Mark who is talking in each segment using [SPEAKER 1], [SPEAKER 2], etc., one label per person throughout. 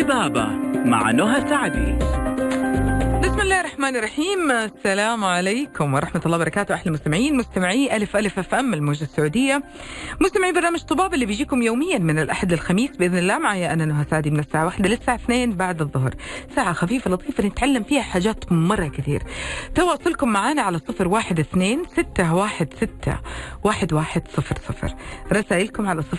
[SPEAKER 1] طبابة مع نهى سعدي.
[SPEAKER 2] بسم الله الرحمن الرحيم. السلام عليكم ورحمة الله وبركاته. أحلى مستمعي ألف أف أم الموجة السعودية، مستمعي برنامج طبابة اللي بيجيكم يوميا من الأحد للخميس بإذن الله. معي أنا نهى سعدي من الساعة 1 للساعة 2 بعد الظهر، ساعة خفيفة لطيفة نتعلم فيها حاجات مرة كثير. تواصلكم معنا على 012-616-1100. رسائلكم على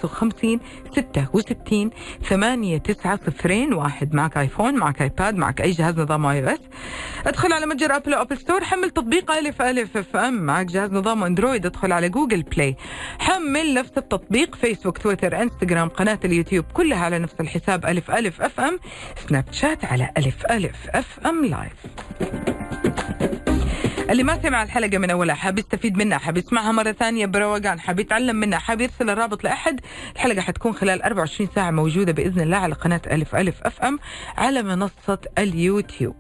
[SPEAKER 2] 055-66-890-1. معك آيفون، معك آيباد، معك أي جهاز نظام iOS، ادخل على متجر ابل او ابل ستور، حمل تطبيق ألف اف ام. معك جهاز نظام اندرويد، ادخل على جوجل بلاي، حمل نفس التطبيق. فيسبوك، تويتر، انستغرام، قناة اليوتيوب كلها على نفس الحساب ألف اف ام. سناب شات على ألف اف ام لايف. اللي ما سمع الحلقة من أولها، حاب يستفيد منها، حاب يسمعها مرة ثانية بروقان، حاب يتعلم منها، حاب يرسل الرابط لأحد، الحلقة حتكون خلال 24 ساعة موجودة بإذن الله على قناة ألف اف ام على منصة اليوتيوب.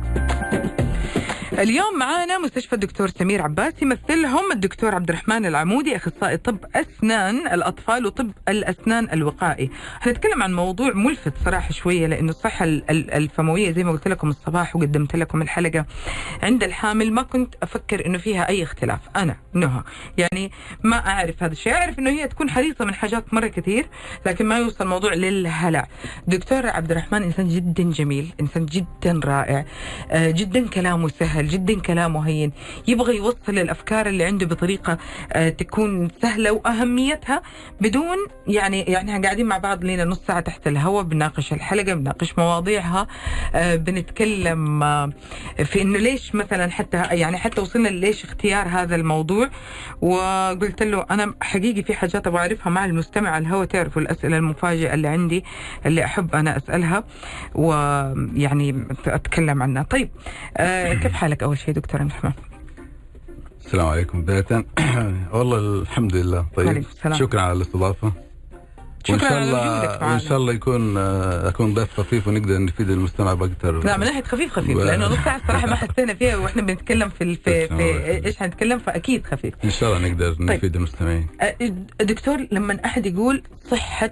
[SPEAKER 2] اليوم معانا مستشفى الدكتور سمير عباس، يمثلهم الدكتور عبد الرحمن العمودي، أخصائي طب أسنان الأطفال وطب الأسنان الوقائي. هنتكلم عن موضوع ملفت صراحة شوية، لأنه الصحة الفموية زي ما قلت لكم الصباح وقدمت لكم الحلقة عند الحامل، ما كنت أفكر إنه فيها أي اختلاف. أنا نهى يعني ما أعرف هذا الشيء، أعرف إنه هي تكون حريصة من حاجات مرة كثير، لكن ما يوصل الموضوع للهلع. دكتور عبد الرحمن إنسان جدا جميل، إنسان جدا رائع، جدا كلامه سهل، جدا كلامه هين، يبغى يوصل الأفكار اللي عنده بطريقة تكون سهلة وأهميتها بدون يعني قاعدين مع بعض لنا نص ساعة تحت الهواء، بنناقش الحلقة، بنناقش مواضيعها، بنتكلم في إنه ليش مثلا حتى وصلنا ليش اختيار هذا الموضوع. وقلت له أنا حقيقي في حاجات أبغى أعرفها مع المستمع على الهواء، تعرفوا الأسئلة المفاجئة اللي عندي اللي أحب أنا أسألها ويعني أتكلم عنها. طيب كيف حالك أول شيء دكتور عبد الرحمن؟
[SPEAKER 3] السلام عليكم بداية. والله الحمد لله طيب، شكرا على الاستضافة، وإن شاء الله أكون ضيف خفيف ونقدر نفيد المستمع بأكثر.
[SPEAKER 2] لا من ناحية خفيف لأنه نص ساعة الصراحة ما حسينا فيها وإحنا بنتكلم في إيش هنتكلم، فأكيد خفيف
[SPEAKER 3] إن شاء الله نقدر نفيد المستمعين.
[SPEAKER 2] دكتور، لما أحد يقول صحة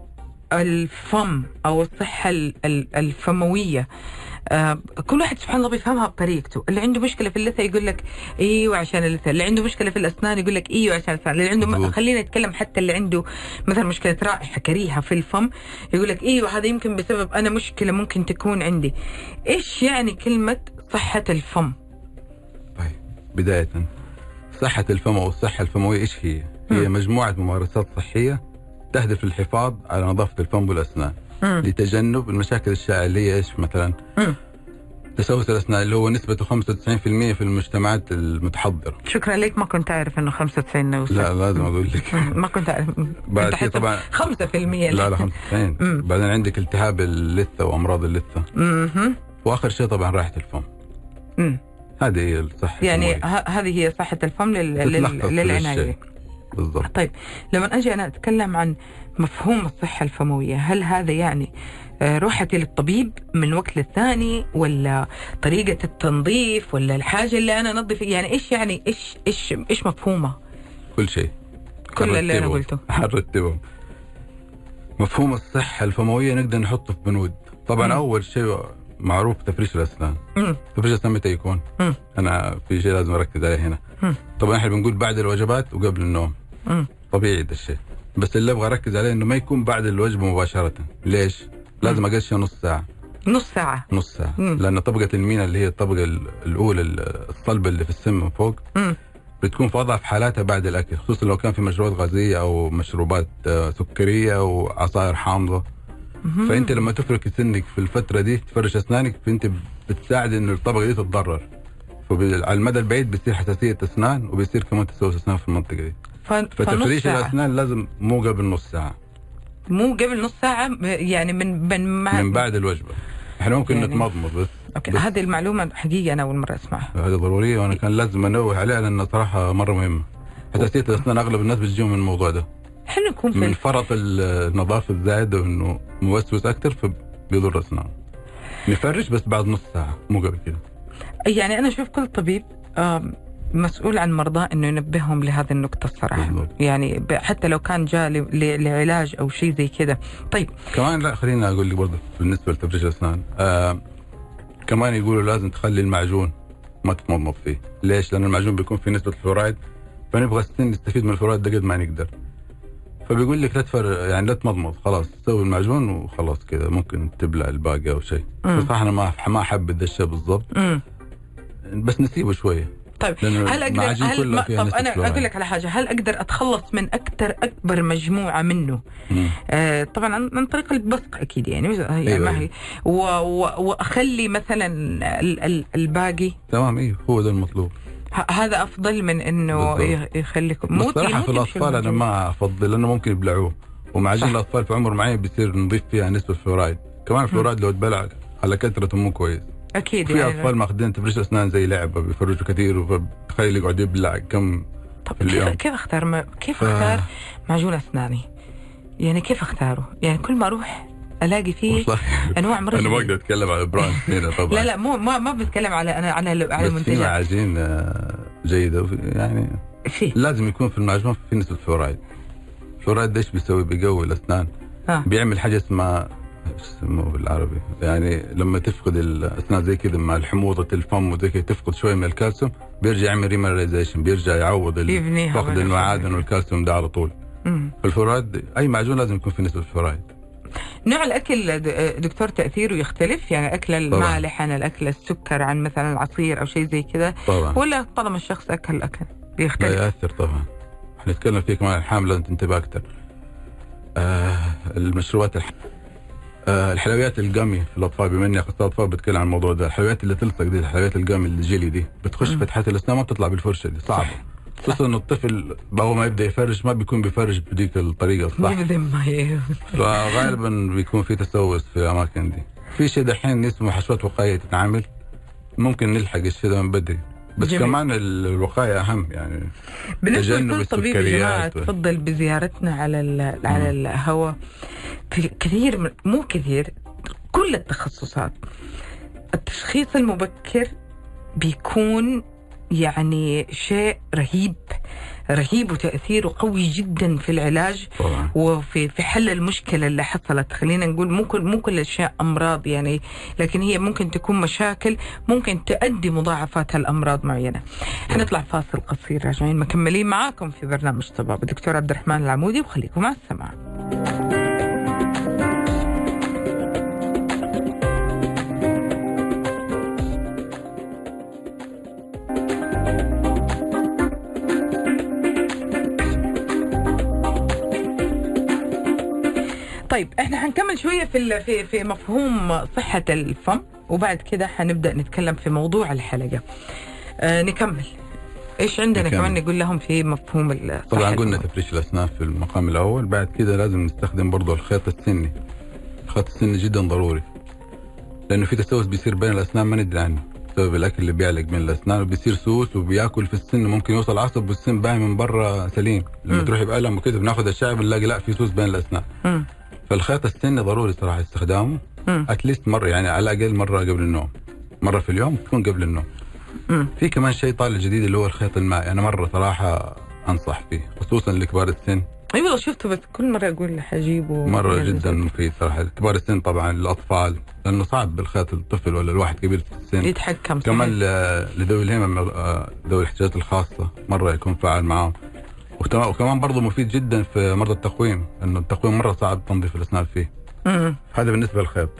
[SPEAKER 2] الفم أو الصحة الفموية، كل واحد سبحان الله بيفهمها بطريقته. اللي عنده مشكلة في اللثة يقول لك ايوه عشان اللثة، اللي عنده مشكلة في الأسنان يقول لك ايوه عشان الأسنان، اللي عنده خلينا نتكلم حتى اللي عنده مثلا مشكلة رائحة كريهة في الفم يقول لك ايوه هذا يمكن بسبب أنا مشكلة ممكن تكون عندي. ايش يعني كلمة صحة الفم؟
[SPEAKER 3] طيب بداية، صحة الفم أو الصحة الفموية ايش هي؟ هي مجموعة ممارسات صحية تهدف للحفاظ على نظافة الفم والأسنان لتجنب المشاكل الشائعة اللي هي ايش مثلا؟ تسوس الأسنان اللي هو نسبته 95% في المجتمعات المتحضرة.
[SPEAKER 2] شكرا لك، ما كنت أعرف إنه 95 نوصل.
[SPEAKER 3] لا لازم أقول لك.
[SPEAKER 2] ما كنت أعرف.
[SPEAKER 3] بعد كده طبعا
[SPEAKER 2] 5%.
[SPEAKER 3] لا 95. بعدين عندك التهاب اللثة وأمراض اللثة. وآخر شيء طبعا راحة الفم. هذه هي الصحة
[SPEAKER 2] يعني هذه هي صحة الفم للعناية
[SPEAKER 3] بالضبط.
[SPEAKER 2] طيب لما أجي أنا أتكلم عن مفهوم الصحة الفموية، هل هذا يعني روحتي للطبيب من وقت للثاني، ولا طريقة التنظيف، ولا الحاجة اللي أنا أنظف؟ يعني إيش يعني إيش مفهومه؟
[SPEAKER 3] كل شيء،
[SPEAKER 2] كل اللي أنا قلته
[SPEAKER 3] حنرتبهم. مفهوم الصحة الفموية نقدر نحطه في بنود. طبعا أول شيء معروف تفريش الأسنان. تفريش الأسنان متى يكون؟ أنا في شيء لازم أركز عليه هنا. طبعا إحنا بنقول بعد الوجبات وقبل النوم. طبيعي ده الشيء، بس اللي أبغى أركز عليه إنه ما يكون بعد الوجبة مباشرة. ليش؟ لازم أقل نص ساعة. نص ساعة. لأن طبقة المينا اللي هي الطبقة الأولى الصلبة اللي في السم من فوق بتكون في أضعف حالاتها بعد الأكل، خصوصا لو كان في مشروبات غازية أو مشروبات سكرية أو عصائر حامضة. فأنت لما تفرك سنك في الفترة دي تفرش أسنانك، فأنت بتساعد إن الطبقة دي تتضرر، فعلى المدى البعيد بيصير حساسية أسنان وبيصير كمان تسوس أسنان في المنطقة دي. فتفريش الأسنان لازم مو قبل نص ساعة.
[SPEAKER 2] مو قبل نص ساعة يعني من
[SPEAKER 3] بعد الوجبة. احنا ممكن يعني نتمضمض بس.
[SPEAKER 2] اوكي، هذه المعلومة حقيقة أنا أول مرة أسمعها.
[SPEAKER 3] هذه ضرورية وأنا كان لازم أنوه عليها لأنها صراحة مرة مهمة. حساسية الأسنان أغلب الناس بتجيهم من الموضوع ده.
[SPEAKER 2] احنا نكون
[SPEAKER 3] من فرط النظافة الزائد وإنه موسوس أكتر فبيضر أسنان. نفرش بس بعد نص ساعة مو قبل كده.
[SPEAKER 2] يعني أنا أشوف كل طبيب مسؤول عن مرضاه انه ينبههم لهذه النقطة الصراحة. يعني حتى لو كان جاء لعلاج او شيء زي كذا. طيب
[SPEAKER 3] كمان لا خلينا اقول لك برضه بالنسبة لتفريش الاسنان كمان يقولوا لازم تخلي المعجون ما تتمضمض فيه. ليش؟ لأن المعجون بيكون فيه نسبة الفلورايد، فنبغى السن يستفيد من الفلورايد ده قد ما نقدر. فبيقول لك يعني لا تمضمض، خلاص سوي المعجون وخلاص كذا، ممكن تبلع الباقي أو شيء. بصراحة أنا ما أحب ذا الشيء بالضبط، بس نسيبه شوية.
[SPEAKER 2] طيب هل أقدر طب أنا أقول لك على حاجة، هل أقدر أتخلص من أكبر مجموعة منه؟ طبعا عن طريق البصق أكيد يعني
[SPEAKER 3] أيوة
[SPEAKER 2] ما هي وأخلي مثلا الباقي.
[SPEAKER 3] تمام هو ده المطلوب.
[SPEAKER 2] هذا أفضل من إنه يخليكم
[SPEAKER 3] صراحة في الأطفال أنا ما أفضل، لأنه ممكن يبلعوه، ومعجون الأطفال في عمر معين بيصير نضيف فيها نسبة فلورايد. كمان الفلورايد لو تبلع على كثرة مو كويس.
[SPEAKER 2] أكيد
[SPEAKER 3] في يعني أطفال ماخذين تفريش أسنان زي لعبة، بيفرجوا كثير وتخيل يقعد يبلع كم في اليوم.
[SPEAKER 2] كيف أختار معجون أسناني؟ يعني كيف أختاره؟ يعني كل ما أروح ألاقي فيه أنواع مرة.
[SPEAKER 3] أنا ما أقدر أتكلم على براند هنا طبعا.
[SPEAKER 2] لا ما بتكلم على منتجات.
[SPEAKER 3] في معاجين جيدة يعني لازم يكون في المعجون في نسبة فلورايد. الفلورايد ايش بيسوي؟ بيقوي الأسنان. بيعمل حاجة اسمها بالعربي يعني لما تفقد الأسنان زي كذا مع الحموضة الفم وزي كذا تفقد شوية من الكالسيوم، بيرجع يعمل ريمينراليزيشن، بيرجع يعوض فقد المعادن والكالسيوم ده على طول. الفلورايد أي معجون لازم يكون في نسبة فلورايد.
[SPEAKER 2] نوع الأكل دكتور تأثيره يختلف؟ يعني أكل المالح عن الأكل السكر عن مثلا العصير أو شيء زي كده، ولا طالما الشخص أكل يختلف؟
[SPEAKER 3] لا يأثر طبعا. هنتكلم فيه كمان الحامل لازم تنتبه أكثر. المشروبات الحلويات القامي في الأطفال، بما إني أخصائي أطفال بتكلم عن الموضوع ده. الحلويات اللي تلصق دي، الحلويات القامي الجيلي دي بتخش فتحات الأسنان ما بتطلع بالفرشة دي، صعبة. خصوصا إنه الطفل أول ما يبدأ يفرش ما بيكون بيفرش بديك الطريقة الصح، فغالبا بيكون في تسوس في الأماكن دي. في شيء دحين اسمه حشوات وقاية تتعامل، ممكن نلحق الشيء ده من بدري، بس جميل. كمان الوقاية أهم يعني.
[SPEAKER 2] بالنسبة لكل طبيب يا جماعة تفضل بزيارتنا على الهواء في كثير مو كثير كل التخصصات. التشخيص المبكر بيكون يعني شيء رهيب وتأثيره قوي جدا في العلاج طبعا. وفي حل المشكلة اللي حصلت. خلينا نقول مو كل الأشياء أمراض يعني، لكن هي ممكن تكون مشاكل ممكن تؤدي مضاعفاتها الأمراض معينة. حنطلع فاصل قصير، راجعين مكملين معاكم في برنامج طباب الدكتور عبد الرحمن العمودي، وخليكم مع السماع. طيب احنا حنكمل شوية في مفهوم صحة الفم، وبعد كده حنبدأ نتكلم في موضوع الحلقة. نكمل ايش عندنا كمان نقول لهم في مفهوم الصحة.
[SPEAKER 3] طبعا قلنا تفريش الأسنان في المقام الأول، بعد كده لازم نستخدم برضو الخيط السني. الخيط السني جدا ضروري، لأنه في تسوس بيصير بين الأسنان ما ندري عنه بسبب الأكل اللي بيعلق بين الأسنان، وبيصير سوس وبياكل في السن، ممكن يوصل عصب والسن باين من برا سليم. لما تروحي بقلم وكده بناخذ الشعب بنلاقي لا في سوس بين الأسنان. فالخيط السني ضروري صراحة استخدامه اتليست مرة، يعني على الأقل مرة قبل النوم، مرة في اليوم تكون قبل النوم. في كمان شيء طالع جديد اللي هو الخيط المائي، أنا مرة صراحة أنصح فيه خصوصا لكبار السن.
[SPEAKER 2] أي والله شفته بس كل مرة أقول حجيبه
[SPEAKER 3] مرة يعني جدا مفيد صراحة كبار السن، طبعا الأطفال لأنه صعب بالخيط الطفل ولا الواحد كبير في السن
[SPEAKER 2] يتحكم.
[SPEAKER 3] كمان لذوي الهمم ذوي الاحتياجات الخاصة مرة يكون فعال معهم. وكمان برضه مفيد جدا في مرضى التقويم، لأنه التقويم مرة صعب تنظيف الأسنان فيه. هذا بالنسبة للخيط.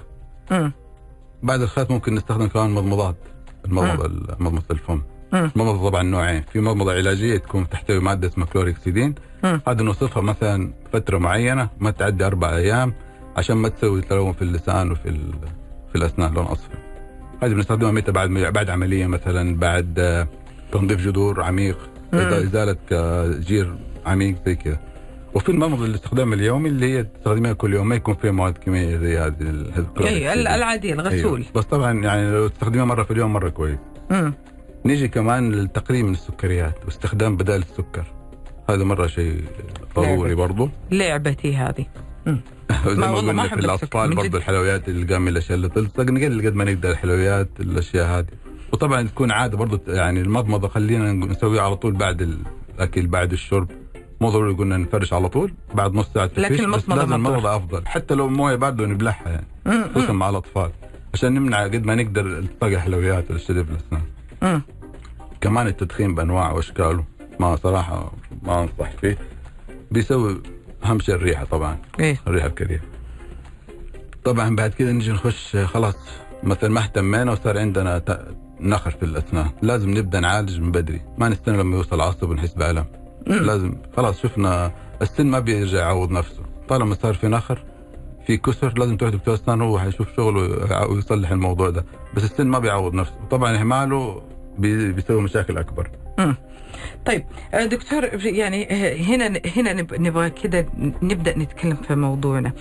[SPEAKER 3] بعد الخيط ممكن نستخدم كمان مضمضات، مضمضة الفم. مضمضة طبعا نوعين، في مضمضة علاجية تكون تحتوي مادة اسمها كلوريكسيدين، هذا نوصفها مثلا فترة معينة ما تعدي 4 أيام عشان ما تسوي تلوث في اللسان في الأسنان لون أصفر. هذه بنستخدمها متى؟ بعد عملية مثلا، بعد تنظيف جذور عميق، إزالة جير عميق زي كذا. وفي المضمضة الاستخدام اليومي اللي هي تستخدمها كل يوم، ما يكون فيها مواد كيميائية زي هذه
[SPEAKER 2] العادية الغسول.
[SPEAKER 3] بس طبعا يعني لو تستخدمها مرة في اليوم مرة كويس. نيجي كمان للتقليل من السكريات واستخدام بدائل السكر، هذا مرة شيء ضروري برضو.
[SPEAKER 2] لعبتي هذه.
[SPEAKER 3] زي ما قلنا في الأطفال برضو الحلويات القامية، الأشياء اللي تلصق نقلل قد ما نقدر الحلويات الأشياء هذه. وطبعا تكون عاده برضه، يعني المضمضه خلينا نسويها على طول بعد الاكل بعد الشرب، مو ضروري قلنا نفرش على طول بعد نص ساعه تفريش،
[SPEAKER 2] لكن
[SPEAKER 3] المضمضه افضل، حتى لو مويه بارده ونبلعها يعني خصوصا مع الاطفال عشان نمنع قد ما نقدر التقاء حلويات والشذي في الاسنان. كمان التدخين بانواعه واشكاله ما صراحه ما انصح فيه، بيسوي اهم شيء الريحه طبعا. الريحه الكريهه. طبعا بعد كده نجي نخش خلاص مثلا ما اهتمينا وصار عندنا نخر في الاسنان، لازم نبدا نعالج من بدري، ما نستنى لما يوصل عصب ونحس بالم. لازم خلاص شفنا السن ما بيرجع يعوض نفسه، طالما صار في نخر في كسر لازم تروح دكتور اسنان، هو حيشوف شغله ويصلح الموضوع ده، بس السن ما بيعوض نفسه، طبعا اهماله بيسوي مشاكل اكبر.
[SPEAKER 2] طيب دكتور، يعني هنا نبغى كده نبدا نتكلم في موضوعنا.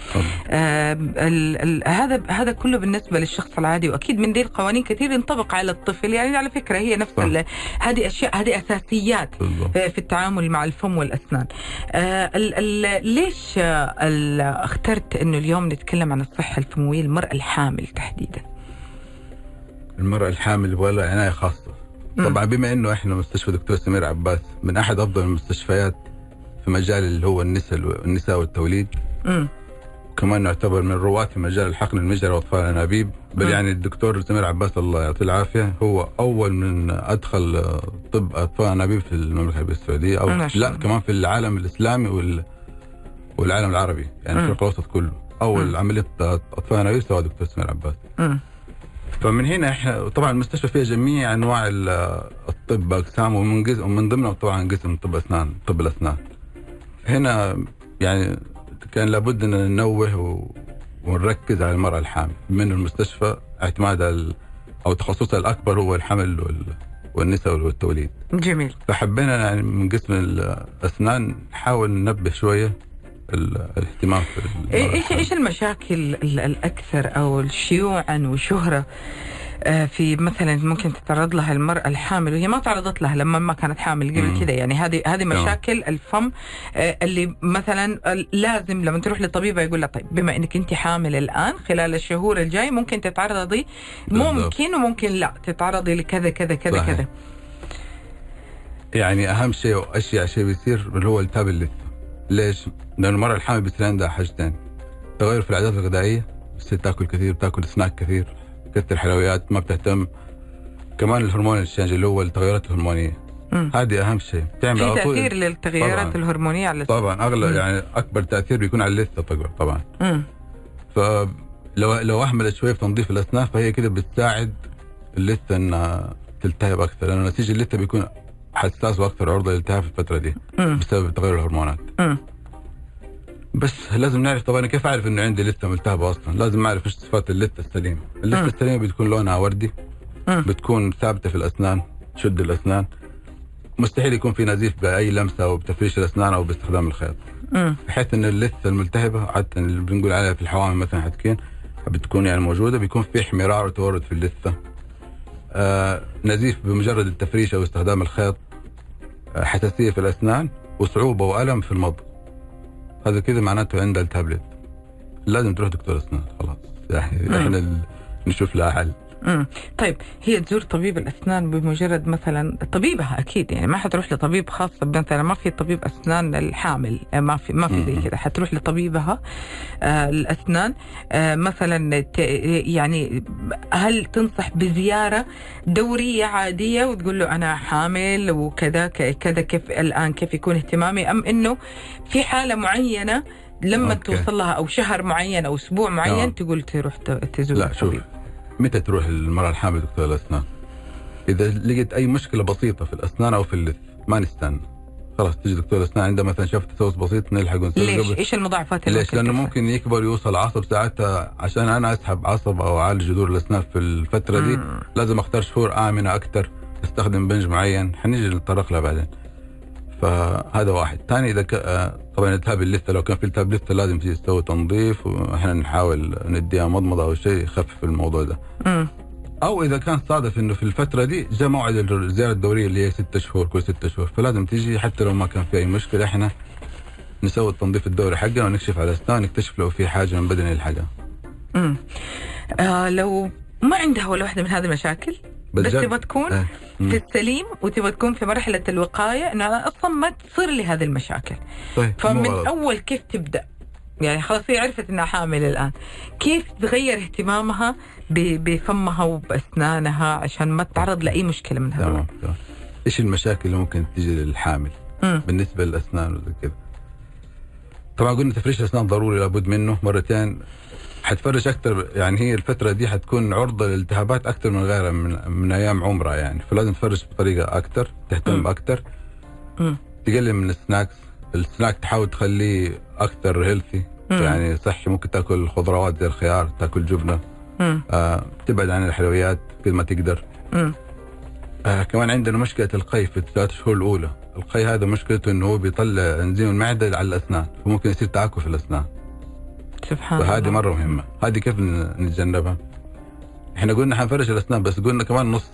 [SPEAKER 2] هذا كله بالنسبه للشخص العادي، واكيد من دي القوانين كثير ينطبق على الطفل، يعني على فكره هي نفس هذه اشياء، هذه اساسيات في التعامل مع الفم والاسنان. ليش اخترت انه اليوم نتكلم عن الصحه الفمويه للمراه الحامل تحديدا؟
[SPEAKER 3] المراه الحامل ولا عنايه خاصه طبعا، بما انه احنا مستشفى دكتور سمير عباس من احد افضل المستشفيات في مجال اللي هو النساء والتوليد، وكمان نعتبر من رواد في مجال الحقن المجهري واطفال الانابيب، بل يعني الدكتور سمير عباس الله يعطيه العافيه هو اول من ادخل طب اطفال الانابيب في المملكه العربيه السعوديه، او لا كمان في العالم الاسلامي والعالم العربي، يعني الشرق الاوسط كله اول عمليه اطفال الانابيب سوى دكتور سمير عباس. فمن هنا احنا طبعا المستشفى فيها جميع انواع الطب اقسام، ومن ضمنها طبعا قسم طب الاسنان. هنا يعني كان لابد ان ننوه ونركز على المراه الحامل، من المستشفى اعتماد او تخصصها الاكبر هو الحمل والنساء والتوليد.
[SPEAKER 2] جميل.
[SPEAKER 3] فحبينا يعني من قسم الاسنان نحاول ننبه شويه الاهتمام في
[SPEAKER 2] ايش المشاكل الاكثر او شيوعا وشهره في مثلا ممكن تتعرض لها المرأة الحامل وهي ما تعرضت لها لما ما كانت حامل قبل كده؟ يعني هذه مشاكل الفم اللي مثلا لازم لما تروح لطبيبة يقول لها طيب بما انك انت حامل الان خلال الشهور الجاي ممكن تتعرضي، ممكن وممكن لا تتعرضي لكذا كذا كذا كذا.
[SPEAKER 3] يعني اهم شيء واشيع شيء بيصير اللي هو التهاب اللثة. ليش؟ لأن المرأة الحامل بيصير عندها حاجتين: تغير في العادات الغذائية، بتصير تاكل كثير، بتاكل سناك كثير، كثر حلويات، ما بتهتم. كمان الهرمون الشانج اللي هو التغيرات الهرمونية، هذه أهم شيء.
[SPEAKER 2] تعمل في تأثير للتغيرات الهرمونية على
[SPEAKER 3] اللثة؟ طبعا أغلب يعني أكبر تأثير بيكون على اللثة طبعا. فلو أهملت شوية في تنظيف الأسنان فهي كده بتساعد اللثة إنها تلتهب أكثر، لأن نتيجة اللثة بيكون حساس واكثر عرضه للالتهاب في الفتره دي بسبب تغير الهرمونات. بس لازم نعرف طبعا كيف اعرف انه عندي لثه ملتهبه اصلا، لازم اعرف ايش صفات اللثه السليمه. اللثه السليمه بتكون لونها وردي، بتكون ثابته في الاسنان، تشد الاسنان، مستحيل يكون في نزيف باي لمسه او بتفريش الاسنان او باستخدام الخيط. بحيث ان اللثه الملتهبه عاده اللي بنقول عليها في الحوامل مثلا حتكين بتكون يعني موجوده، بيكون في احمرار وتورد في اللثه، نزيف بمجرد التفريش او استخدام الخيط، حساسيه في الاسنان، وصعوبه والم في المضغ. هذا كذا معناته عنده التهاب لثة، لازم تروح دكتور اسنان خلاص، يعني احنا نشوف لها حل.
[SPEAKER 2] طيب هي تزور طبيب الاسنان بمجرد مثلا طبيبها اكيد، يعني ما حتروح لطبيب خاص مثلا، ما في طبيب اسنان الحامل، ما في زي كذا، حتروح لطبيبها الاسنان مثلا. يعني هل تنصح بزياره دوريه عاديه وتقول له انا حامل وكذا كذا، كيف الان كيف يكون اهتمامي، ام انه في حاله معينه لما توصل لها او شهر معين او اسبوع معين تقول تروح تزور الطبيب؟
[SPEAKER 3] متى تروح المرأة الحامل دكتور الأسنان؟ إذا لقيت أي مشكلة بسيطة في الأسنان أو في اللثة ما نستنى، خلاص تجي دكتور الأسنان عندها مثلا شفت تسوس بسيط نلحق ونسوي.
[SPEAKER 2] ليش؟ إيش المضاعفات اللي
[SPEAKER 3] ليش؟ لأنه ممكن يكبر يوصل عصب ساعتها، عشان أنا أسحب عصب أو أعالج جذور الأسنان في الفترة دي لازم أختار شهور آمنة أكثر، أستخدم بنج معين، حنيجي نتطرق له بعدين. فهذا واحد. ثاني إذا طبعا التهاب اللثة، لو كان في التهاب لثة لازم تيجي تسوي تنظيف، وإحنا نحاول نديها مضمضة أو شيء يخفف الموضوع ده. أو إذا كان صادف إنه في الفترة دي جاء موعد الزيارة الدورية اللي هي 6 شهور كل 6 شهور، فلازم تيجي حتى لو ما كان في أي مشكلة، إحنا نسوي التنظيف الدوري حقنا ونكشف على الأسنان، نكتشف لو في حاجة من بدن الحاجة.
[SPEAKER 2] لو ما عندها ولا واحدة من هذه المشاكل، بس تبغى تكون في السليم وتبغى تكون في مرحلة الوقاية إنه أنا أصلا ما تصير لي هذه المشاكل. فمن أول كيف تبدأ؟ يعني خلاص هي عرفت إنها حامل الآن، كيف تغير اهتمامها بفمها وبأسنانها عشان ما تتعرض لأي مشكلة من هذا؟
[SPEAKER 3] إيش المشاكل اللي ممكن تيجي للحامل بالنسبة للأسنان وزي كذا؟ طبعا قلنا تفريش الأسنان ضروري لابد منه مرتين. حتفرش أكتر، يعني هي الفترة دي حتكون عرضة للالتهابات أكتر من غيرها من أيام عمرها يعني، فلازم تفرش بطريقة أكتر، تهتم أكتر، تقلل من السناك تحاول تخليه أكتر هيلثي يعني صحي. ممكن تأكل خضروات زي الخيار، تأكل جبنة، تبعد عن الحلويات قد ما تقدر. كمان عندنا مشكلة القي في ال3 شهور الأولى. القي هذا مشكلته إنه هو بيطلع انزيم المعدة على الأسنان، فممكن يصير تعاكف في الأسنان.
[SPEAKER 2] سبحان الله.
[SPEAKER 3] فهذه مرة مهمة. هذه كيف نتجنبها؟ احنا قلنا حنفرش الأسنان، بس قلنا كمان نص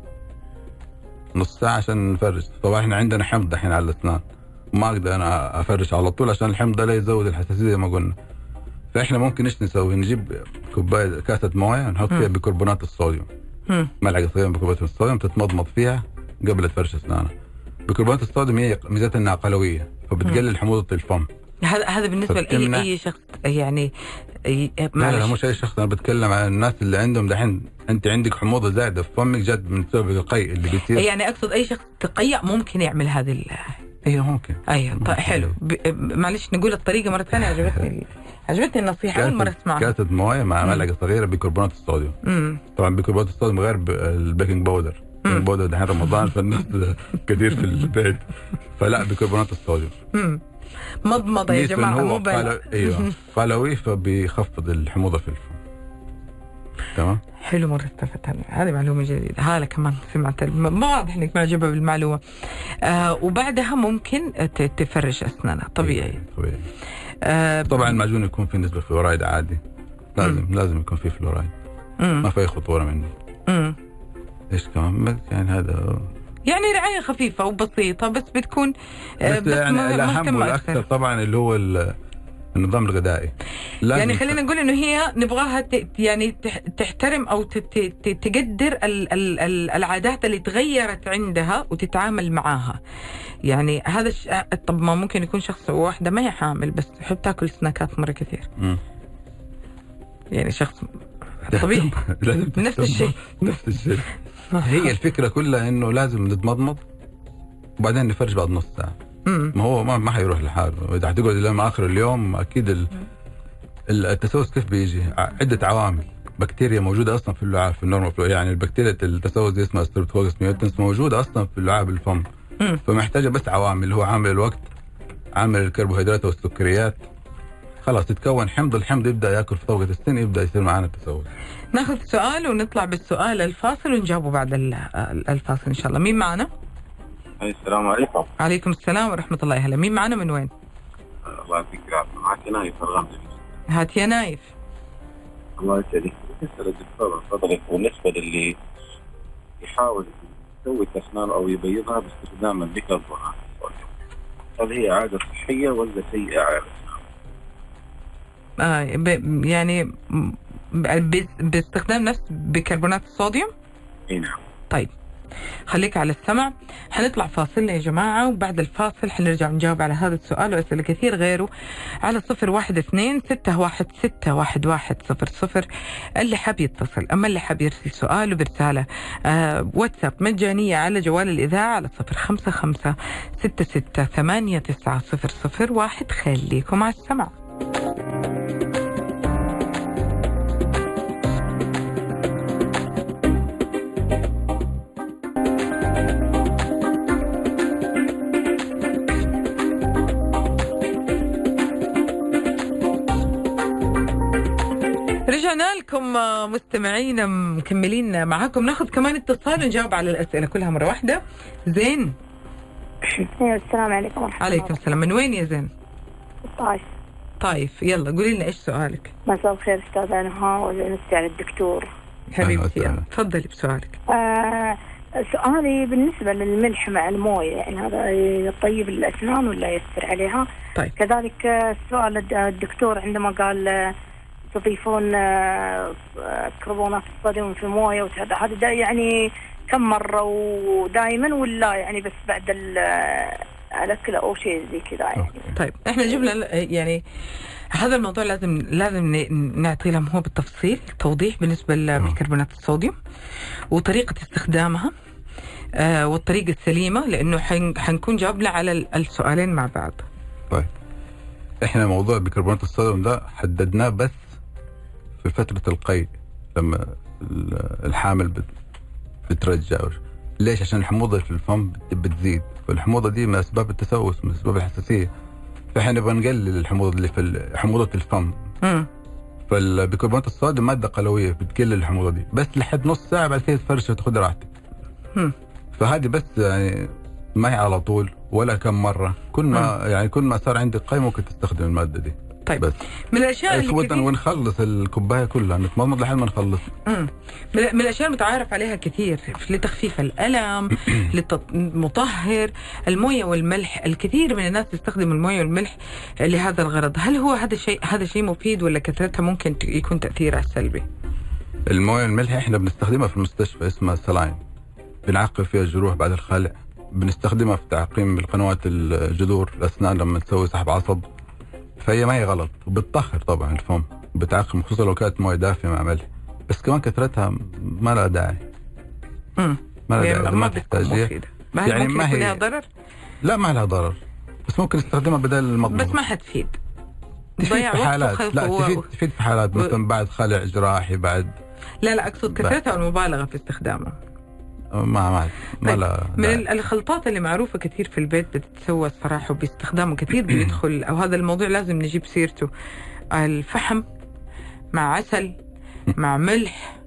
[SPEAKER 3] ساعة عشان نفرش. طبعا احنا عندنا حمض الحين على الأسنان، ما أقدر أنا أفرش على طول عشان الحمض لا يزود الحساسية زي ما قلنا. فإحنا ممكن إيش نسوي؟ نجيب كاسة موية نحط فيها بيكربونات الصوديوم، ملعقة صغيرة بيكربونات الصوديوم، تتمضمض فيها قبل تفرش أسنانها. بيكربونات الصوديوم هي ميزتها إنها قلوية، فبتقلل حموضة الفم.
[SPEAKER 2] هذا بالنسبة لأي شخص يعني.
[SPEAKER 3] لا مش أي شخص، أنا بتكلم عن الناس اللي عندهم دحين أنت عندك حموضة زايدة في فمك جد من سبب القيء اللي بيصير.
[SPEAKER 2] يعني أقصد أي شخص تقيأ ممكن يعمل هذه
[SPEAKER 3] ايوه ممكن.
[SPEAKER 2] ايوه طيب حلو. معلش نقول الطريقه مره ثانيه. عجبتني النصيحه، اول مره اسمعها.
[SPEAKER 3] كاسه مويه مع ملعقه صغيره بيكربونات الصوديوم. طبعا بيكربونات الصوديوم غير البيكنج باودر. البيكنج باودر دحين رمضان فالناس كثير في البيت، فلا بيكربونات الصوديوم.
[SPEAKER 2] مضمضه يا جماعه مو
[SPEAKER 3] ايوه قلوي، فبيخفض الحموضه في الفم. تمام
[SPEAKER 2] حلو مرة استفدت. هذه معلومة جديدة. هلا كمان سمعت واضح انك معجبة بالمعلومة. وبعدها ممكن تفرش اسنانها طبيعي.
[SPEAKER 3] طبعا المعجون يكون فيه نسبة فلورايد عادي، لازم يكون فيه فلورايد، ما في خطورة منه. ايش كمان يعني هذا
[SPEAKER 2] يعني رعاية خفيفة وبسيطة، بس بتكون
[SPEAKER 3] بس يعني الأهم والأكثر طبعا اللي هو النظام الغذائي.
[SPEAKER 2] يعني خلينا نقول انه هي نبغاها يعني تحترم او تقدر العادات اللي تغيرت عندها وتتعامل معاها. يعني هذا طب ما ممكن يكون شخص واحدة ما هي حامل بس تحب تاكل سناكات مرة كثير. يعني شخص طبيعي نفس الشيء.
[SPEAKER 3] هي الفكرة كلها انه لازم نتمضمض وبعدين نفرش بعد نص ساعة. ما هو ما حيروح لحاله. إذا حتقعد لما آخر اليوم أكيد التسوس كيف بيجي؟ عدة عوامل. بكتيريا موجودة أصلا في اللعاب في النورمال فلو، يعني البكتيريا التسوس دي اسمها ستريبتوكوكس ميوتنس موجودة أصلا في اللعاب الفم. فمحتاجة بس عوامل اللي هو عامل الوقت، عامل الكربوهيدرات والسكريات. خلاص تتكون حمض، الحمض يبدأ يأكل في طبقة السن، يبدأ يصير معنا التسوس.
[SPEAKER 2] ناخذ سؤال ونطلع بالسؤال الفاصل ونجاوبه بعد الفاصل إن شاء الله. مين معنا؟
[SPEAKER 4] السلام عليكم.
[SPEAKER 2] عليكم السلام ورحمة الله. هلا مين معنا من وين؟
[SPEAKER 4] الله يعطيك العافية. معك نايف الغامدي.
[SPEAKER 2] هات يا نايف.
[SPEAKER 4] الله يسعدك. أسأل الدكتور فضلك بالنسبة للي يحاول يسوي أسنان أو يبيضها باستخدام البيكربونات الصوديوم، هل هي عادة صحية ولا سيئة على الأسنان؟
[SPEAKER 2] يعني باستخدام نفس بيكربونات الصوديوم؟
[SPEAKER 4] اي نعم.
[SPEAKER 2] طيب خليك على السمع. حنطلع فاصل يا جماعة، وبعد الفاصل حنرجع نجاوب على هذا السؤال وأسئلة كثير غيره على 012-616-1100. اللي حاب يتصل، أما اللي حاب يرسل سؤال وبرسالة واتساب مجانية على جوال الإذاعة على 055-6689-001. خليكم على السمع. رجعنا لكم مستمعين، مكملين معاكم. ناخذ كمان اتصال ونجاوب على الأسئلة كلها مرة واحدة. زين.
[SPEAKER 5] السلام عليكم ورحمة الله.
[SPEAKER 2] عليكم السلام. من وين يا زين؟
[SPEAKER 5] طايف.
[SPEAKER 2] طايف. يلا قولي لنا ايش سؤالك.
[SPEAKER 5] مساء الخير أستاذة نهى، ونسي على الدكتور.
[SPEAKER 2] حبيبتي تفضلي بسؤالك.
[SPEAKER 5] سؤالي بالنسبة للملح مع الموية، يعني هذا يطيب الأسنان ولا يسر عليها؟
[SPEAKER 2] طيب.
[SPEAKER 5] كذلك السؤال الدكتور عندما قال تضيفون كربونات الصوديوم في مويه هذا يعني كم مرة ودائما ولا يعني بس بعد الأكل أو شيء زي كذا يعني؟
[SPEAKER 2] طيب احنا جبنا يعني هذا الموضوع لازم نعطي لهم هو بالتفصيل توضيح بالنسبة لبيكربونات الصوديوم وطريقة استخدامها والطريقة السليمة، لأنه حنكون جاوبنا على السؤالين مع بعض.
[SPEAKER 3] طيب احنا موضوع بيكربونات الصوديوم ده حددناه بس في فترة القيء لما الحامل بترجع. ليش؟ عشان الحموضة في الفم بتزيد، والحموضة دي من أسباب التسوس، من أسباب الحساسية، فإحنا نبغى نقلل الحموضة اللي في حموضة الفم. فالبيكربونات الصوديوم مادة قلوية بتقلل الحموضة دي بس لحد نص ساعة، بعد كده تفرش وتاخد راحتك. فهذه بس يعني ما هي على طول ولا كم مرة، كل ما صار عندك قيء ممكن تستخدم المادة دي.
[SPEAKER 2] طيب
[SPEAKER 3] بس
[SPEAKER 2] من الاشياء اللي
[SPEAKER 3] ونخلص الكوبايه كلها، نتمضمض لحد ما نخلص.
[SPEAKER 2] من الاشياء المتعارف عليها كثير لتخفيف الالم، للمطهر، المويه والملح. الكثير من الناس يستخدم المويه والملح لهذا الغرض. هل هو هذا شيء مفيد ولا كثرتها ممكن يكون تاثيرها سلبي؟
[SPEAKER 3] المويه والملح احنا بنستخدمها في المستشفى، اسمها سلاين، بنعقم فيها الجروح بعد الخلع، بنستخدمها في تعقيم القنوات الجذور الاسنان لما نسوي سحب عصب. فهي ما هي غلط، وبتطهر طبعا الفم، بتعقم خصوصا لو كانت مويه دافيه مع ملح، بس كمان كثرتها ما لها داعي. ما لها داعي، ما تحتاجها.
[SPEAKER 2] يعني ما هي لها ضرر؟
[SPEAKER 3] لا ما لها ضرر، بس ممكن نستخدمها بدل المضمضة.
[SPEAKER 2] بس ما حتفيد.
[SPEAKER 3] تفيد في حالات، لا تفيد في حالات مثلا بعد خلع جراحي، بعد
[SPEAKER 2] لا اقصد كثرتها والمبالغه في استخدامها.
[SPEAKER 3] ما لا
[SPEAKER 2] من الخلطات اللي معروفة كثير في البيت بتتسوى الصراحة وبيستخدموا كثير بيدخل، أو هذا الموضوع لازم نجيب سيرته. الفحم مع عسل مع ملح،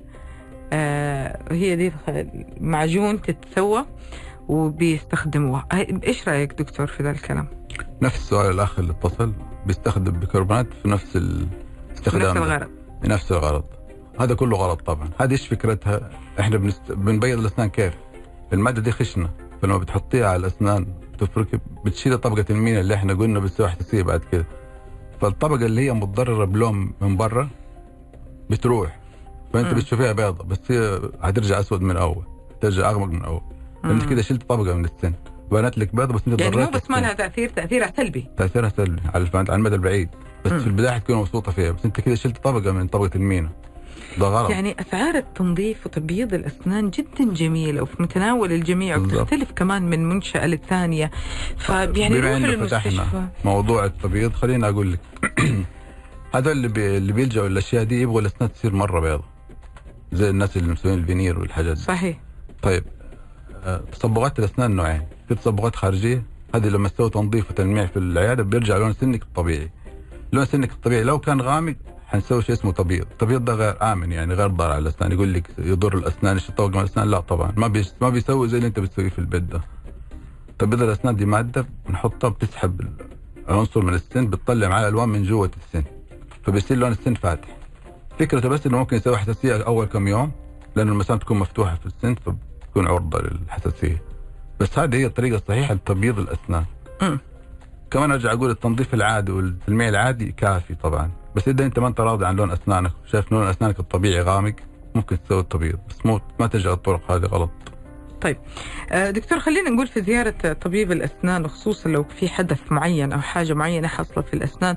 [SPEAKER 2] هي دي معجون تتسوى وبيستخدموها. إيش رأيك دكتور في ذا الكلام؟
[SPEAKER 3] نفس السؤال الأخ اللي اتصل، بيستخدم بيكربونات في نفس الاستخدام، نفس الغرض. هذا كله غلط طبعا. هذه ايش فكرتها؟ احنا بنبيض الاسنان كيف؟ الماده دي خشنه، فلما بتحطيها على الاسنان بتفرك، بتشيل طبقه المينا اللي احنا قلنا بتسوي حساسيه بعد كده. فالطبقه اللي هي متضرره بلون من برا بتروح، فانت بتشوفيها بيضة بس هي هترجع اسود من اول، ترجع اغمق من اول. انت كده شلت طبقه من السن، بنت لك بيضة بس انت
[SPEAKER 2] يعني مو بس ما لها تاثيرها سلبي،
[SPEAKER 3] تاثيرها سلبي على المدى البعيد، بس في البدايه حتكون مبسوطه فيها، بس انت كده شلت طبقه من طبقه المينا. ده غلط.
[SPEAKER 2] يعني أسعار التنظيف وتبييض الأسنان جدا جميلة وفي متناول الجميع، وبتختلف كمان من منشأة للثانية. فيعني
[SPEAKER 3] بما إنه فتحنا موضوع التبييض، خليني أقول لك هذا اللي بيلجأوا الأشياء دي يبغوا الأسنان تصير مرة بيضة زي الناس اللي مسوين الفينير والحاجات دي.
[SPEAKER 2] صحيح.
[SPEAKER 3] طيب تصبغات الأسنان نوعين، في تصبغات خارجية، هذه لما تسوي تنظيف وتلميع في العيادة بيرجع لون سنك الطبيعي. لون سنك الطبيعي لو كان غامق حنسوي شيء اسمه تبييض. التبييض ده غير آمن، يعني غير ضار على الأسنان. يقول لك يضر الأسنان، ايش يطوق مع الأسنان؟ لا طبعا، ما بيسوي زي اللي أنت بتسويه في البيت ده. تبييض الأسنان دي مادة بنحطها بتسحب العنصر من السن، بتطلع معاه الألوان من جوة السن، فبيصير لون السن فاتح. فكرته بس إنه ممكن يسوي حساسية أول كم يوم، لأنه المسام تكون مفتوحة في السن فبتكون عرضة للحساسية. بس هذه هي الطريقة الصحيحة لتبييض الأسنان. كمان ارجع اقول التنظيف العادي والتلميع العادي كافي طبعا، بس اذا انت ما انت راضي عن لون اسنانك وشايف لون اسنانك الطبيعي غامق ممكن تسوي التبييض، بس ما تلجأ الطرق هذه غلط.
[SPEAKER 2] طيب دكتور، خلينا نقول في زيارة طبيب الأسنان، خصوصا لو في حدث معين أو حاجة معينة حصلت في الأسنان،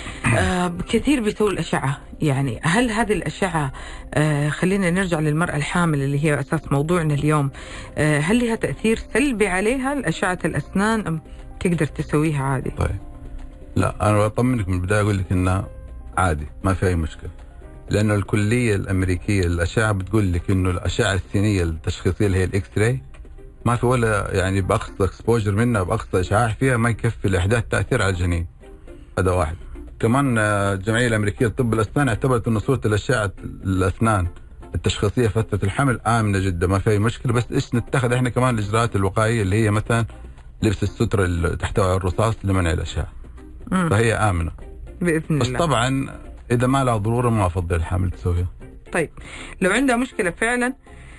[SPEAKER 2] كثير بيسوي الأشعة. يعني هل هذه الأشعة، خلينا نرجع للمرأة الحامل اللي هي أساس موضوعنا اليوم، هل لها تأثير سلبي عليها الأشعة الأسنان أم تقدر تسويها عادي؟
[SPEAKER 3] طيب لا، أنا بطمنك من البداية أقول لك إنها عادي ما في أي مشكلة، لأنه الكلية الأمريكية للأشعة بتقول لك إنه الأشعة السينية التشخيصية اللي هي الإكس راي ما في ولا يعني بأقصى اكسبوجر منها، بأقصى إشعاع فيها ما يكفي لإحداث تأثير على الجنين. هذا واحد. كمان الجمعية الأمريكية لطب الأسنان اعتبرت إنه صورة الأشعة الأسنان التشخيصية فترة الحمل آمنة جدا ما في أي مشكلة، بس إيش نتخذ إحنا كمان الإجراءات الوقائية اللي هي مثلا لبس السترة اللي تحتوي على الرصاص لمنع الأشعة. فهي آمنة
[SPEAKER 2] بإذن الله.
[SPEAKER 3] بس طبعا إذا ما لها ضرورة ما أفضل الحامل تسويها.
[SPEAKER 2] طيب لو عندها مشكلة فعلا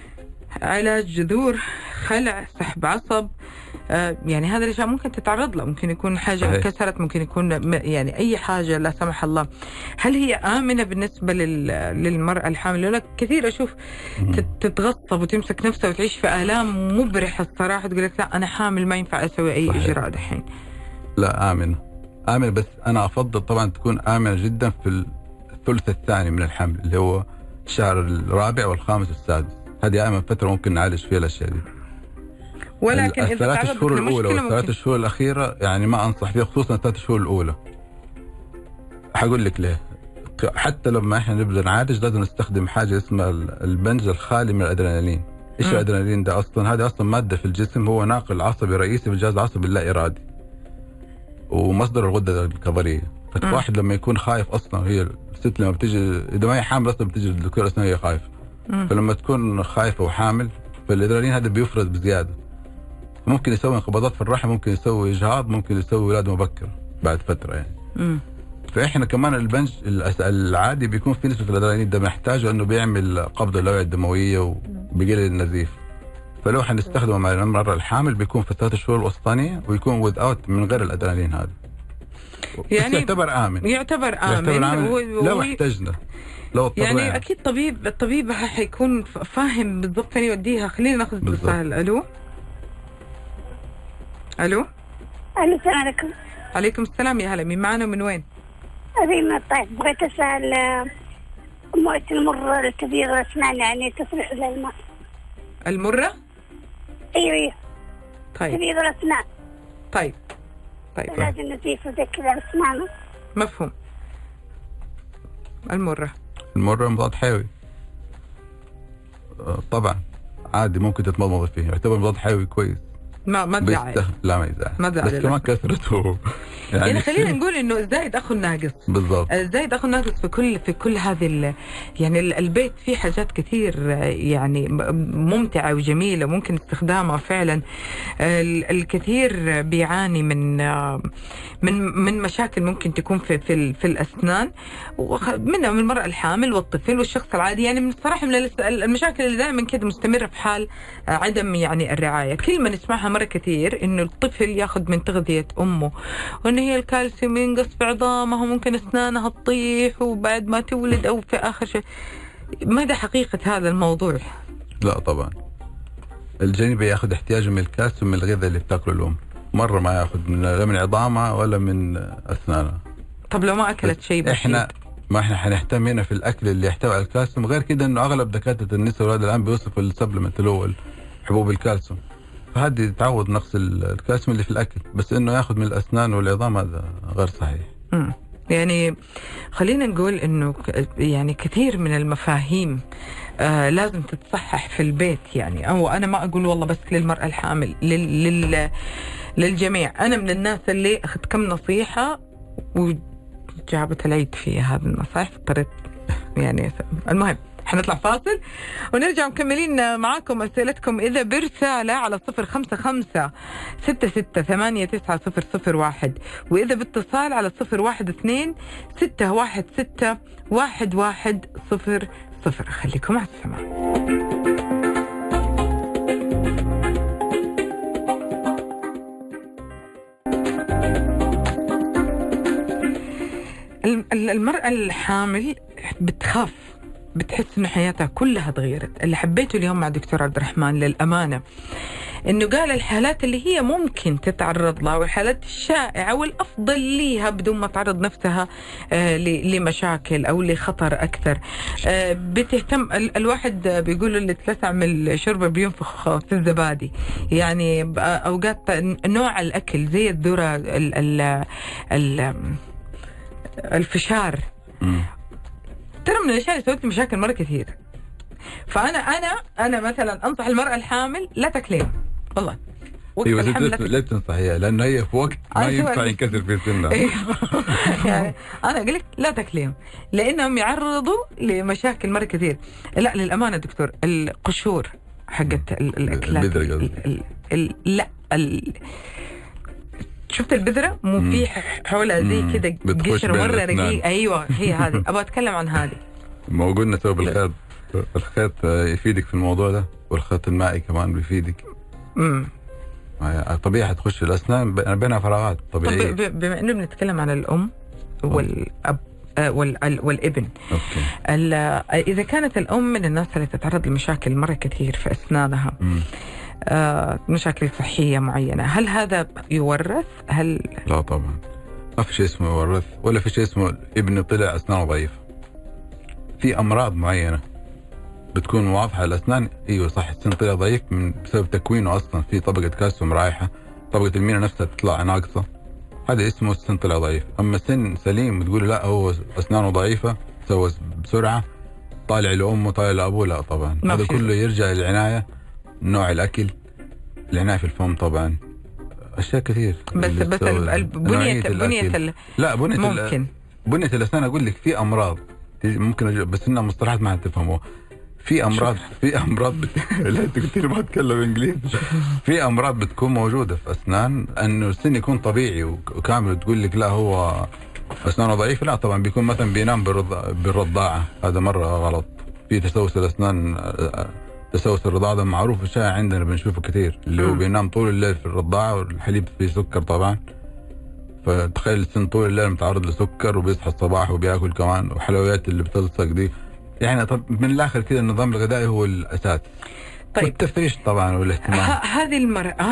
[SPEAKER 2] علاج جذور، خلع، سحب عصب، يعني هذا الاشياء ممكن تتعرض له، ممكن يكون حاجه انكسرت، ممكن يكون يعني اي حاجه لا سمح الله. هل هي امنه بالنسبه للمراه الحامل؟ لك كثير اشوف تتغصب وتمسك نفسها وتعيش في الام مبرحه الصراحه، تقول لك لا انا حامل ما ينفع اسوي اي اجراء دحين.
[SPEAKER 3] لا آمنة، بس أنا أفضل طبعا تكون آمنة جدا في الثلث الثاني من الحمل، اللي هو الشهر الرابع والخامس والسادس. هذه أهم فترة ممكن نعالج فيها الأشياء دي.
[SPEAKER 2] ولكن إذا
[SPEAKER 3] الثلاث شهور الأولى والثلاث شهور الأخيرة يعني ما أنصح فيها، خصوصا الثلاث شهور الأولى. حقول لك ليه. حتى لما إحنا نبدأ نعالج لازم نستخدم حاجة اسمها البنج الخالي من الأدرينالين. إيش الأدرينالين ده أصلا؟ هذه أصلا مادة في الجسم، هو ناقل عصبي رئيسي في الجهاز العصبي اللا إرادي، ومصدر الغدة الكظرية. فالواحد لما يكون خايف أصلا، هي الست لما بتيجي إذا ما هي حامل أصلا بتيجي للدكتور أصلا هي خايفة. فلما تكون خايفة وحامل فالأدرينالين هذا بيفرز بزيادة، ممكن يسوي انقباضات في الرحم، ممكن يسوي إجهاض، ممكن يسوي ولادة مبكرة بعد فترة يعني. فإحنا كمان البنج العادي بيكون في نسبة الأدرينالين ده محتاجه، إنه بيعمل قبض الأوعية الدموية وبيقلل النزيف. فلو حنستخدمه مع المرأة الحامل بيكون في الثلاث شهور الوسطانية، ويكون without من غير الأدرينالين هذا. يعني يعتبر آمن. لو احتجنا، لو اضطرينا.
[SPEAKER 2] يعني أكيد الطبيب حيكون فاهم بالضبط أن يوديها. خلينا ناخذ اتصال. ألو.
[SPEAKER 6] السلام عليكم.
[SPEAKER 2] عليكم السلام، يا هلا. مين معنا ومن وين؟
[SPEAKER 6] ريما. طيب بغيت أسأل موية المر الكبيرة اسمعني يعني تصلح للماء.
[SPEAKER 2] المرة؟
[SPEAKER 6] ايوه.
[SPEAKER 2] طيب.
[SPEAKER 6] كبيرة الأسنان.
[SPEAKER 2] طيب.
[SPEAKER 6] لازم نزيف زي كذا بسمعنا.
[SPEAKER 2] مفهوم. المرة
[SPEAKER 3] مضاد حيوي طبعا عادي، ممكن تتمضمض فيه، يعتبر مضاد حيوي كويس.
[SPEAKER 2] ما تزعل.
[SPEAKER 3] لا ما يزعل، بس كمان كثرته
[SPEAKER 2] يعني خلينا نقول انه الزايد اخو الناقص.
[SPEAKER 3] بالضبط.
[SPEAKER 2] الزايد اخو الناقص في كل هذه يعني البيت فيه حاجات كثير يعني ممتعه وجميله ممكن استخدامها فعلا. الكثير بيعاني من مشاكل ممكن تكون في الاسنان، منها من المراه الحامل والطفل والشخص العادي. يعني من الصراحه من المشاكل اللي دائما كده مستمره في حال عدم يعني الرعايه. كلمه نسمعها مرة كثير إنه الطفل ياخذ من تغذية أمه، وإنه هي الكالسيوم ينقص في عظامها وممكن أسنانها تطيح وبعد ما تولد أو في آخر شيء. ماذا حقيقة هذا الموضوع؟
[SPEAKER 3] لا طبعا الجنين بياخذ احتياجه من الكالسيوم من الغذاء اللي بتاكله الأم، مرة ما ياخذ لا من عظامها ولا من أسنانها.
[SPEAKER 2] طب لو ما أكلت شيء بسيط؟
[SPEAKER 3] إحنا حنهتم هنا في الأكل اللي يحتوي على الكالسيوم. غير كده إنه أغلب دكاترة النساء والولاد الآن بيوصفوا السبلمنت اللي هو حبوب الكالسيوم، فهذه تعوض نقص الكالسيوم اللي في الأكل، بس إنه ياخذ من الأسنان والعظام هذا غير صحيح.
[SPEAKER 2] يعني خلينا نقول إنه يعني كثير من المفاهيم لازم تتصحح في البيت. يعني أو أنا ما أقول والله بس للمرأة الحامل، للجميع. أنا من الناس اللي أخذت كم نصيحة وجابت العيد في هذه النصائح، اضطريت يعني. المهم حنطلع فاصل ونرجع مكملين معاكم أسئلتكم إذا برسالة على 055-6689-001، وإذا باتصال على 012-616-1100. خليكم مع السماء. المرأة الحامل بتخاف، بتحس إنه حياتها كلها تغيرت. اللي حبيته اليوم مع دكتور عبد الرحمن للأمانة إنه قال الحالات اللي هي ممكن تتعرض لها والحالات الشائعة والأفضل ليها بدون ما تعرض نفسها لمشاكل أو لخطر أكثر. بتهتم. الواحد بيقول اللي تلسع من الشوربة بينفخ في الزبادي. يعني أوقات نوع الأكل زي الذرة، الفشار، ترى من الاشياء اللي سوت مشاكل مره كثير. فانا مثلا انصح المراه الحامل لا تاكلين والله.
[SPEAKER 3] ايوه لا تنصحيها لانه هي في وقت ما ينفع ينكسر في سنها.
[SPEAKER 2] يعني انا اقول لك لا تاكلين لانهم يعرضوا لمشاكل مره كثير. لا للامانه دكتور، القشور حقت الاكلات لا شفت البذرة مو في حولها زي كده قشرة مرة رقيق. أيوة هي هذه. أبغى أتكلم عن هذه.
[SPEAKER 3] ما قلنا سوى بالخير الخيط يفيدك في الموضوع ده، والخيط المائي كمان بيفيدك. طبيعي تخش الأسنان بينها فراغات طبيعية.
[SPEAKER 2] بما إنه بنتكلم عن الأم والأب والابن،
[SPEAKER 3] أوكي.
[SPEAKER 2] إذا كانت الأم من الناس اللي تتعرض لمشاكل مرة كثير في أسنانها، مشاكل صحية معينة، هل هذا يورث؟
[SPEAKER 3] لا طبعا، ما في شيء اسمه يورث، ولا في شيء اسمه ابني طلع أسنانه ضعيفة. في أمراض معينة بتكون واضحة الأسنان، أيوة صح، السن طلع ضعيف بسبب تكوينه أصلا في طبقة كالسيوم رايحة، طبقة المينا نفسها تطلع ناقصة، هذا اسمه السن طلع ضعيف. أما سن سليم تقول لا هو أسنانه ضعيفة، سوى بسرعة، طالع لأمه طالع لأبوه، لا طبعا. هذا كله يرجع للعناية، نوع الأكل، العناية في الفم طبعا، أشياء كثير.
[SPEAKER 2] بنية
[SPEAKER 3] بنية الأسنان أقول لك في أمراض ممكن بس إنها مصطلحات ما هتفهموها. في أمراض لا أنت كثير ما أتكلم إنجليزي. في أمراض بتكون موجودة في أسنان، إنه السن يكون طبيعي وكامل وتقول لك لا هو أسنانه ضعيفة، لا طبعا بيكون مثلا بينام بالرضاعة، هذا مرة غلط. في تسوس الأسنان، تسوس الرضاعة ده معروف الشائع عندنا بنشوفه كثير، اللي هو بينام طول الليل في الرضاعة، والحليب فيه سكر طبعا، فتخيل السن طول الليل متعرض لسكر، وبيصحى الصباح وبياكل كمان، وحلويات اللي بتلصق دي. يعني طب من الآخر كده النظام الغذائي هو الأساس.
[SPEAKER 2] طيب
[SPEAKER 3] والتفتيش طبعا والاهتمام.
[SPEAKER 2] هذه المرأة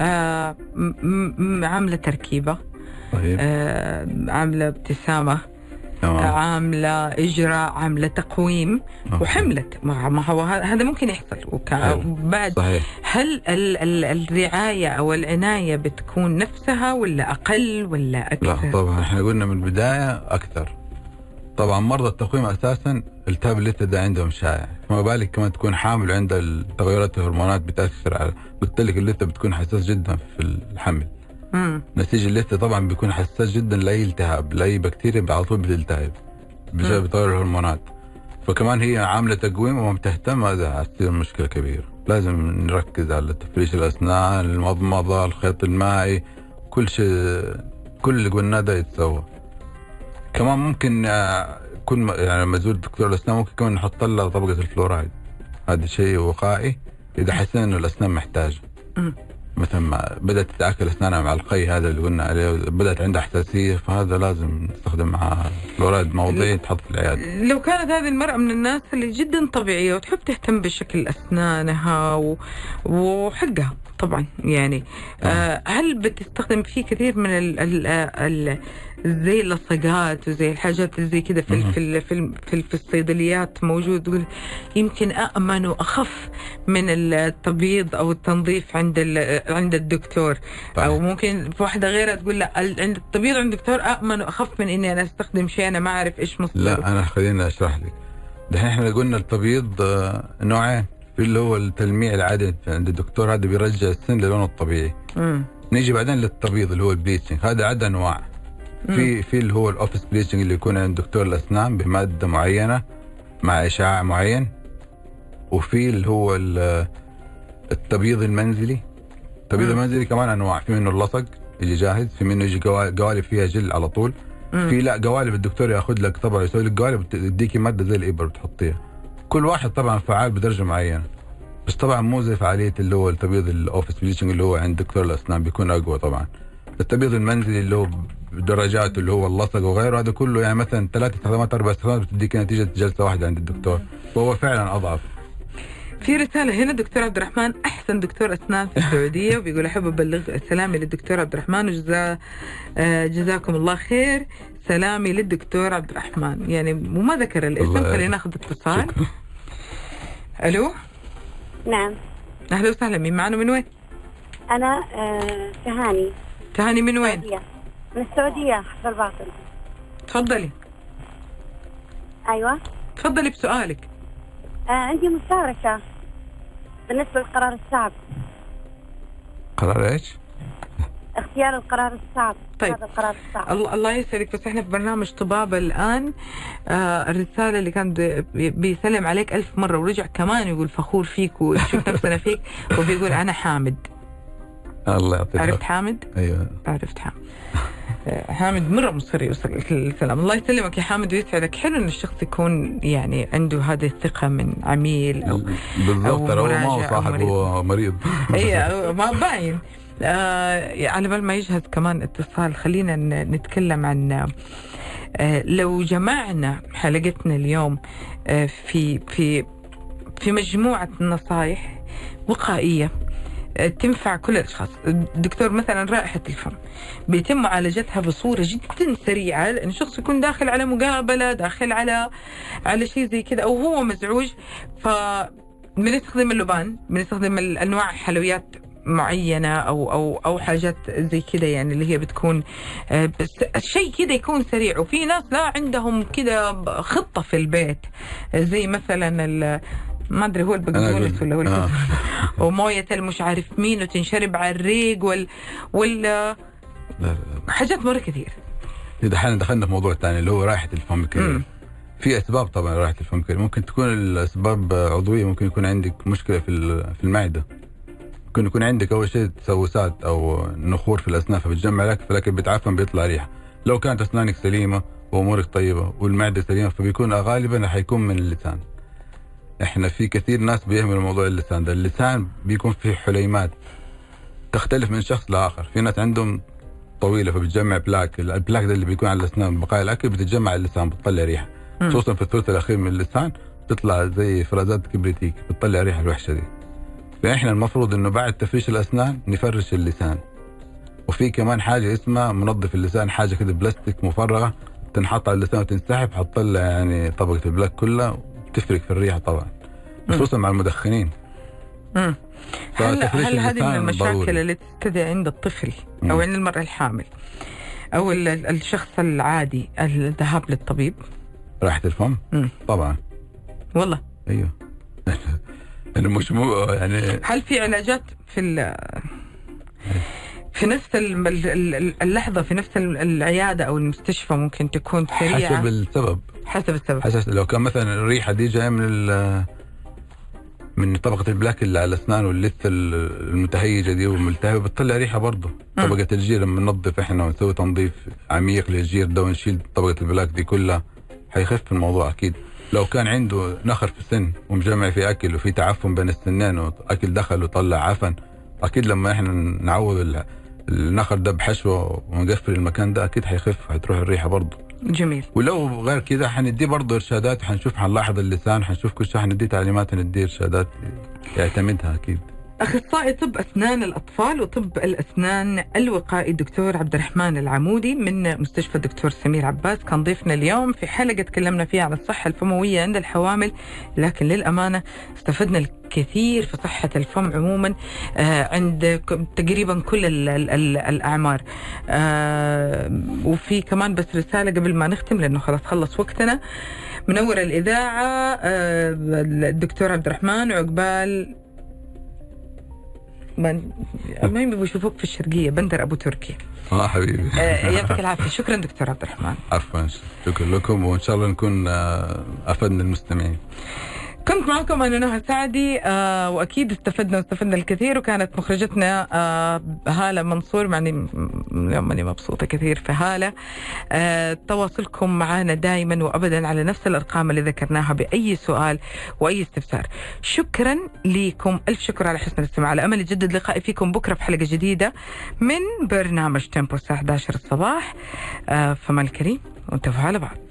[SPEAKER 2] عاملة تركيبة،
[SPEAKER 3] طيب.
[SPEAKER 2] عاملة ابتسامة، عاملة إجراء، عاملة تقويم، وحملت. ما هو هذا ممكن يحصل بعد.
[SPEAKER 3] صحيح.
[SPEAKER 2] هل الرعاية أو العناية بتكون نفسها ولا أقل ولا أكثر؟
[SPEAKER 3] لا طبعا احنا قلنا من البداية أكثر. طبعا مرضى التقويم أساسا التهاب اللثة ده عندهم شائع، فما بالك كمان تكون حامل عندها التغيرات الهرمونات بتأثر على، قلت لك اللثة بتكون حساس جدا في الحمل. نسيج اللثة طبعا بيكون حساس جدا لأي التهاب، لأي بكتيريا على طول بتلتهب بسبب تغير الهرمونات. فكمان هي عاملة تقويم وما بتهتم، هذا هتصير مشكلة كبيرة. لازم نركز على تفريش الأسنان، المضمضة، الخيط المائي، كل شيء، كل اللي قلناه ده يتسوى. كمان ممكن يكون يعني لما يزور دكتور الأسنان ممكن كمان نحط لها طبقة الفلورايد، هذا شيء وقائي إذا حسينا إنه الأسنان محتاجة. مثلا ما بدأت تتآكل أسنانها مع القي هذا اللي قلنا عليه، بدأت عندها حساسية، فهذا لازم نستخدم معها فلورايد موضعي تحط في العيادة.
[SPEAKER 2] لو كانت هذه المرأة من الناس اللي جدا طبيعية وتحب تهتم بشكل أسنانها وحقها طبعا يعني، هل بتستخدم فيه كثير من زي اللصقات وزي الحاجات اللي زي كده في الصيدليات موجود، يمكن أأمن وأخف من التبييض أو التنظيف عند الدكتور؟ أو ممكن في واحدة غيرها تقول لا، عند التبييض عند الدكتور أأمن وأخف من إني أنا أستخدم شيء أنا ما أعرف إيش مصدره.
[SPEAKER 3] لا أنا خليني أشرح لك. دحين إحنا قلنا التبييض نوعين، في اللي هو التلميع العادي عند الدكتور، هذا بيرجع السن للونه الطبيعي. نيجي بعدين للتبييض اللي هو البليتشنج، هذا عدة أنواع. في اللي هو الأوفيس بليتشنج اللي يكون عند دكتور الأسنان بمادة معينة مع إشعاع معين، وفي اللي هو التبييض المنزلي. التبييض المنزلي كمان أنواع، في منه اللصق يجي جاهز، في منه يجي قوالب فيها جل على طول، في لا قوالب الدكتور ياخذ لك طبعا يسوي لك قوالب تديكي مادة زي الإبر بتحطيها. كل واحد طبعا فعال بدرجة معينة، بس طبعا مو زي فعالية اللي هو التبييض الأوفيس بليتشنج اللي هو عند دكتور الأسنان، بيكون أقوى طبعا. التبييض المنزلي اللي هو بدرجات اللي هو اللصق وغيره، هذا كله يعني مثلا 3 استخدامات 4 استخدامات بتديك نتيجة جلسة واحدة عند الدكتور، وهو فعلا أضعف.
[SPEAKER 2] في رسالة هنا، دكتور عبد الرحمن أحسن دكتور أسنان في السعودية، وبيقول أحب أبلغ سلامي للدكتور عبد الرحمن جزاكم الله خير، سلامي للدكتور عبد الرحمن. يعني وما ذكر الاسم، خلينا ناخذ اتصال. ألو.
[SPEAKER 6] نعم.
[SPEAKER 2] أهلا وسهلا، مين معنا من وين؟
[SPEAKER 6] أنا تهاني.
[SPEAKER 2] تهاني من وين؟
[SPEAKER 6] من السعودية، حفظ الباطن.
[SPEAKER 2] تفضلي.
[SPEAKER 6] أيوة.
[SPEAKER 2] تفضلي بسؤالك.
[SPEAKER 6] عندي مشاركة بالنسبة للقرار الصعب.
[SPEAKER 3] قرار إيش؟
[SPEAKER 6] اختيار القرار الصعب.
[SPEAKER 2] طيب.
[SPEAKER 6] هذا القرار الصعب.
[SPEAKER 2] الله يسعدك، بس احنا في برنامج طبابة الآن. الرسالة اللي كان بيسلم عليك 1000 مرة ورجع كمان يقول فخور فيك ويشوف نفسنا فيك، وبيقول أنا حامد.
[SPEAKER 3] الله يعطيك.
[SPEAKER 2] عرفت حامد؟
[SPEAKER 3] أيوة
[SPEAKER 2] عرفت حامد. حامد مرة مصر يوصل السلام. الله يسلمك يا حامد ويسعدك. حلو إن الشخص يكون يعني عنده هذه الثقة من عميل أو
[SPEAKER 3] بالضبط. ترى هو ما هو صاحب، هو مريض.
[SPEAKER 2] أي ما باين. على بال ما يجهز كمان اتصال، خلينا نتكلم عن لو جمعنا حلقتنا اليوم في مجموعة نصائح وقائية تنفع كل الأشخاص. دكتور مثلا رائحة الفم بيتم معالجتها بصورة جدا سريعة، لأن الشخص يكون داخل على مقابلة، داخل على شيء زي كذا، أو هو مزعوج، بنستخدم اللبان، بنستخدم أنواع حلويات معينة أو حاجات زي كده، يعني اللي هي بتكون بس الشيء كده يكون سريع. وفي ناس لا عندهم كده خطة في البيت، زي مثلا ما أدري هو البقدونس ولا هو وموية المش عارف مين، وتنشرب على الريق حاجات مرة كثير.
[SPEAKER 3] دحين دخلنا في موضوع ثاني اللي هو رائحة الفم الكريم. في أسباب طبعا رائحة الفم الكريم، ممكن تكون الأسباب عضوية، ممكن يكون عندك مشكلة في المعدة، ممكن يكون عندك أول شيء تسوسات أو نخور في الأسنان فبتجمع لك، فلكن بتعفن بيطلع ريحة. لو كانت أسنانك سليمة وأمورك طيبة والمعدة سليمة فبيكون غالبا حيكون من اللسان. احنا في كثير ناس بيهملوا موضوع اللسان ده. اللسان بيكون فيه حليمات تختلف من شخص لآخر. في ناس عندهم طويلة فبتجمع بلاك، البلاك ده اللي بيكون على الأسنان بقايا الأكل بتتجمع على اللسان بتطلع ريحة، خصوصا في الثلث الأخير من اللسان تطلع زي فرازات كبريتيك بتطلع ريحة الوحشة دي. فإحنا المفروض إنه بعد تفريش الأسنان نفرش اللسان. وفي كمان حاجة اسمها منظف اللسان، حاجة كده بلاستيك مفرغة تنحط على اللسان وتنسحب، حتطلع يعني طبقة البلاك كلها، تفرق في الريحة طبعا، خصوصا مع المدخنين.
[SPEAKER 2] هل هذه من المشاكل ضروري اللي تبتدي عند الطفل أو عند المرأة الحامل أو الشخص العادي الذهاب للطبيب؟
[SPEAKER 3] رائحة الفم؟ طبعا والله أيوه. أنا مش يعني
[SPEAKER 2] هل في علاجات في نفس اللحظة في نفس العيادة أو المستشفى ممكن تكون سريعة؟ حسب السبب.
[SPEAKER 3] لو كان مثلا الريحة دي جاية من طبقة البلاك اللي على الأسنان واللثة المتهيجة دي والملتهبة بتطلع ريحة برضه. طبقة الجير لما ننظف إحنا ونسوي تنظيف عميق للجير ده ونشيل طبقة البلاك دي كلها حيخف الموضوع أكيد. لو كان عنده نخر في السن ومجمع في أكل وفي تعفن بين السنين وأكل دخل وطلع عفن، أكيد لما إحنا نعوض النخر ده بحشوة ونقفل المكان ده أكيد حيخف، حتروح الريحة برضه.
[SPEAKER 2] جميل.
[SPEAKER 3] ولو غير كده حنديه برضه إرشادات، حنشوف حنلاحظ اللسان، حنشوف كل شيء، حنديه تعليمات، حنديه إرشادات يعتمدها أكيد.
[SPEAKER 2] أخصائي طب أسنان الأطفال وطب الأسنان الوقائي الدكتور عبد الرحمن العمودي من مستشفى الدكتور سمير عباس كان ضيفنا اليوم في حلقة تكلمنا فيها عن الصحة الفموية عند الحوامل، لكن للأمانة استفدنا الكثير في صحة الفم عموما عند تقريبا كل الأعمار. وفي كمان بس رسالة قبل ما نختم لأنه خلص وقتنا. منور الإذاعة الدكتور عبد الرحمن، وعقبال ما يبغوا يشوفوك في الشرقية بندر أبو تركي.
[SPEAKER 3] حبيبي
[SPEAKER 2] يعطيك العافية. شكرا دكتور عبد الرحمن.
[SPEAKER 3] عفوا، شكرا لكم، وإن شاء الله نكون أفدنا المستمعين.
[SPEAKER 2] كنت معكم أنا نهى سعدي، وأكيد استفدنا الكثير، وكانت مخرجتنا هالة منصور. اليوم ماني مبسوطة كثير في هالة. تواصلكم معنا دائما وأبدا على نفس الأرقام اللي ذكرناها بأي سؤال وأي استفسار. شكرا لكم، ألف شكر على حسن الاستماع. على أمل يجدد لقائي فيكم بكرة في حلقة جديدة من برنامج تيمبو الساعة 11 الصباح. فما الكريم وانتبهوا على بعض.